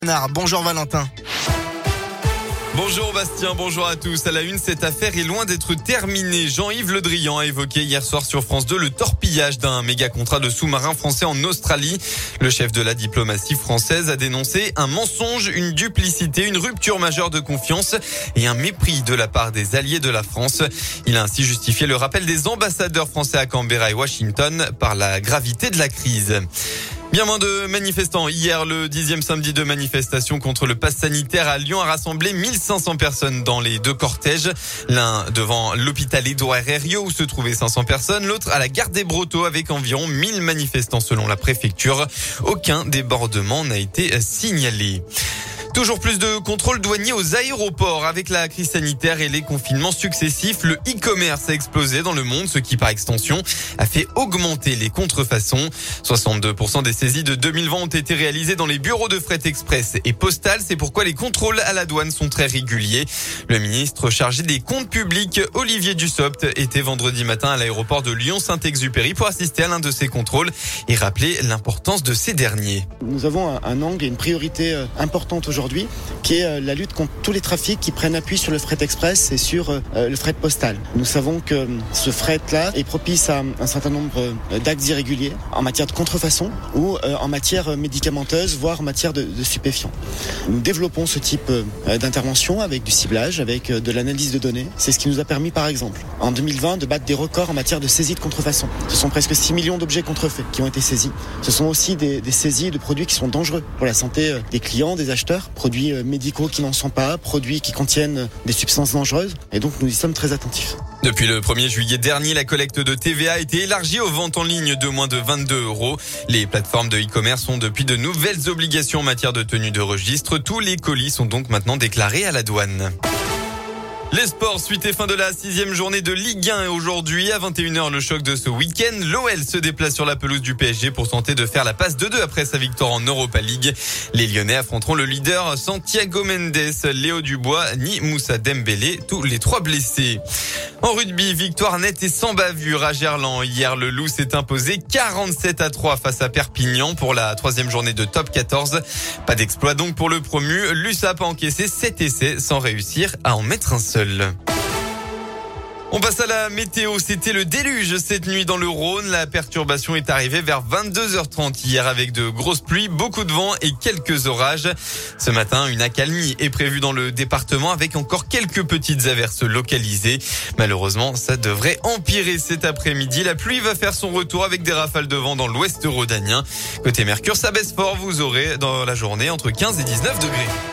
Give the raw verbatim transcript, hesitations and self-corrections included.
Bonjour Valentin. Bonjour Bastien, bonjour à tous. À la une, cette affaire est loin d'être terminée. Jean-Yves Le Drian a évoqué hier soir sur France deux le torpillage d'un méga contrat de sous-marin français en Australie. Le chef de la diplomatie française a dénoncé un mensonge, une duplicité, une rupture majeure de confiance et un mépris de la part des alliés de la France. Il a ainsi justifié le rappel des ambassadeurs français à Canberra et Washington par la gravité de la crise. Bien moins de manifestants. Hier, le dixième samedi de manifestation contre le pass sanitaire à Lyon a rassemblé mille cinq cents personnes dans les deux cortèges. L'un devant l'hôpital Édouard Herriot où se trouvaient cinq cents personnes. L'autre à la gare des Brotteaux avec environ mille manifestants selon la préfecture. Aucun débordement n'a été signalé. Toujours plus de contrôles douaniers aux aéroports. Avec la crise sanitaire et les confinements successifs, le e-commerce a explosé dans le monde, ce qui par extension a fait augmenter les contrefaçons. soixante-deux pour cent des saisies de deux mille vingt ont été réalisées dans les bureaux de fret express et postal. C'est pourquoi les contrôles à la douane sont très réguliers. Le ministre chargé des comptes publics, Olivier Dussopt, était vendredi matin à l'aéroport de Lyon-Saint-Exupéry pour assister à l'un de ces contrôles et rappeler l'importance de ces derniers. Nous avons un, un angle et une priorité importante aujourd'hui. Aujourd'hui, qui est la lutte contre tous les trafics qui prennent appui sur le fret express et sur euh, le fret postal. Nous savons que ce fret-là est propice à un certain nombre d'actes irréguliers en matière de contrefaçon ou euh, en matière médicamenteuse, voire en matière de, de stupéfiants. Nous développons ce type euh, d'intervention avec du ciblage, avec euh, de l'analyse de données. C'est ce qui nous a permis, par exemple, en deux mille vingt, de battre des records en matière de saisie de contrefaçon. Ce sont presque six millions d'objets contrefaits qui ont été saisis. Ce sont aussi des, des saisies de produits qui sont dangereux pour la santé des clients, des acheteurs. Produits médicaux qui n'en sont pas, produits qui contiennent des substances dangereuses. Et donc, nous y sommes très attentifs. Depuis le premier juillet dernier, la collecte de T V A a été élargie aux ventes en ligne de moins de vingt-deux euros. Les plateformes de e-commerce ont depuis de nouvelles obligations en matière de tenue de registre. Tous les colis sont donc maintenant déclarés à la douane. Les sports, suite et fin de la sixième journée de Ligue un. Aujourd'hui, à vingt et une heures, le choc de ce week-end. L'O L se déplace sur la pelouse du P S G pour tenter de faire la passe deux deux après sa victoire en Europa League. Les Lyonnais affronteront le leader Santiago Mendes, Léo Dubois, ni Moussa Dembélé, tous les trois blessés. En rugby, victoire nette et sans bavure à Gerland. Hier, le Loup s'est imposé quarante-sept à trois face à Perpignan pour la troisième journée de top quatorze. Pas d'exploit donc pour le promu. L'U S A P a encaissé sept essais sans réussir à en mettre un seul. On passe à la météo. C'était le déluge cette nuit dans le Rhône. La perturbation est arrivée vers vingt-deux heures trente hier avec de grosses pluies, beaucoup de vent et quelques orages. Ce matin, une accalmie est prévue dans le département avec encore quelques petites averses localisées. Malheureusement, ça devrait empirer cet après-midi. La pluie va faire son retour avec des rafales de vent dans l'ouest rhodanien. Côté Mercure, ça baisse fort. Vous aurez dans la journée entre quinze et dix-neuf degrés.